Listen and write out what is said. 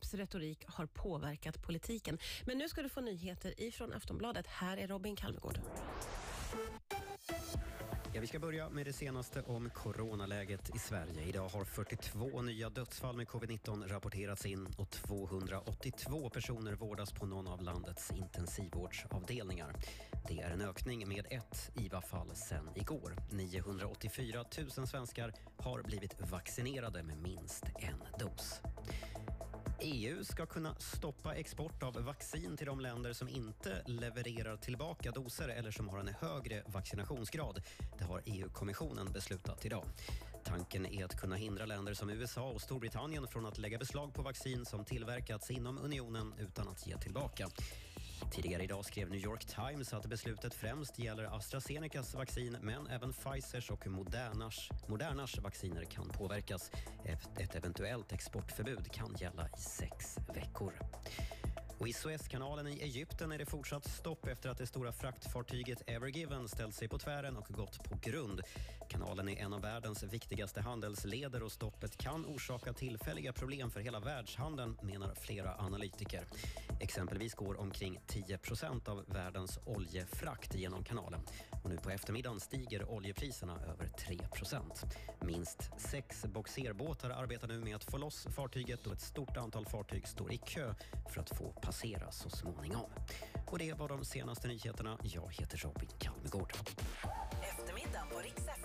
Trumps retorik har påverkat politiken. Men nu ska du få nyheter ifrån Aftonbladet. Här är Robin Kalmegård. Ja, vi ska börja med det senaste om coronaläget i Sverige. Idag har 42 nya dödsfall med covid-19 rapporterats in och 282 personer vårdas på någon av landets intensivvårdsavdelningar. Det är en ökning med 1 IVA-fall sedan igår. 984 000 svenskar har blivit vaccinerade med minst en dos. EU ska kunna stoppa export av vaccin till de länder som inte levererar tillbaka doser eller som har en högre vaccinationsgrad. Det har EU-kommissionen beslutat idag. Tanken är att kunna hindra länder som USA och Storbritannien från att lägga beslag på vaccin som tillverkats inom unionen utan att ge tillbaka. Tidigare idag skrev New York Times att beslutet främst gäller AstraZenecas vaccin men även Pfizers och Modernas vacciner kan påverkas. Ett eventuellt exportförbud kan gälla i 6 veckor. Och i Suezkanalen i Egypten är det fortsatt stopp efter att det stora fraktfartyget Ever Given ställt sig på tvären och gått på grund. Kanalen är en av världens viktigaste handelsleder och stoppet kan orsaka tillfälliga problem för hela världshandeln, menar flera analytiker. Exempelvis går omkring 10% av världens oljefrakt genom kanalen. Och nu på eftermiddagen stiger oljepriserna över 3%. Minst 6 boxerbåtar arbetar nu med att få loss fartyget och ett stort antal fartyg står i kö för att få passera så småningom. Och det var de senaste nyheterna. Jag heter Robin Kalmegård. Eftermiddagen på Rix FM.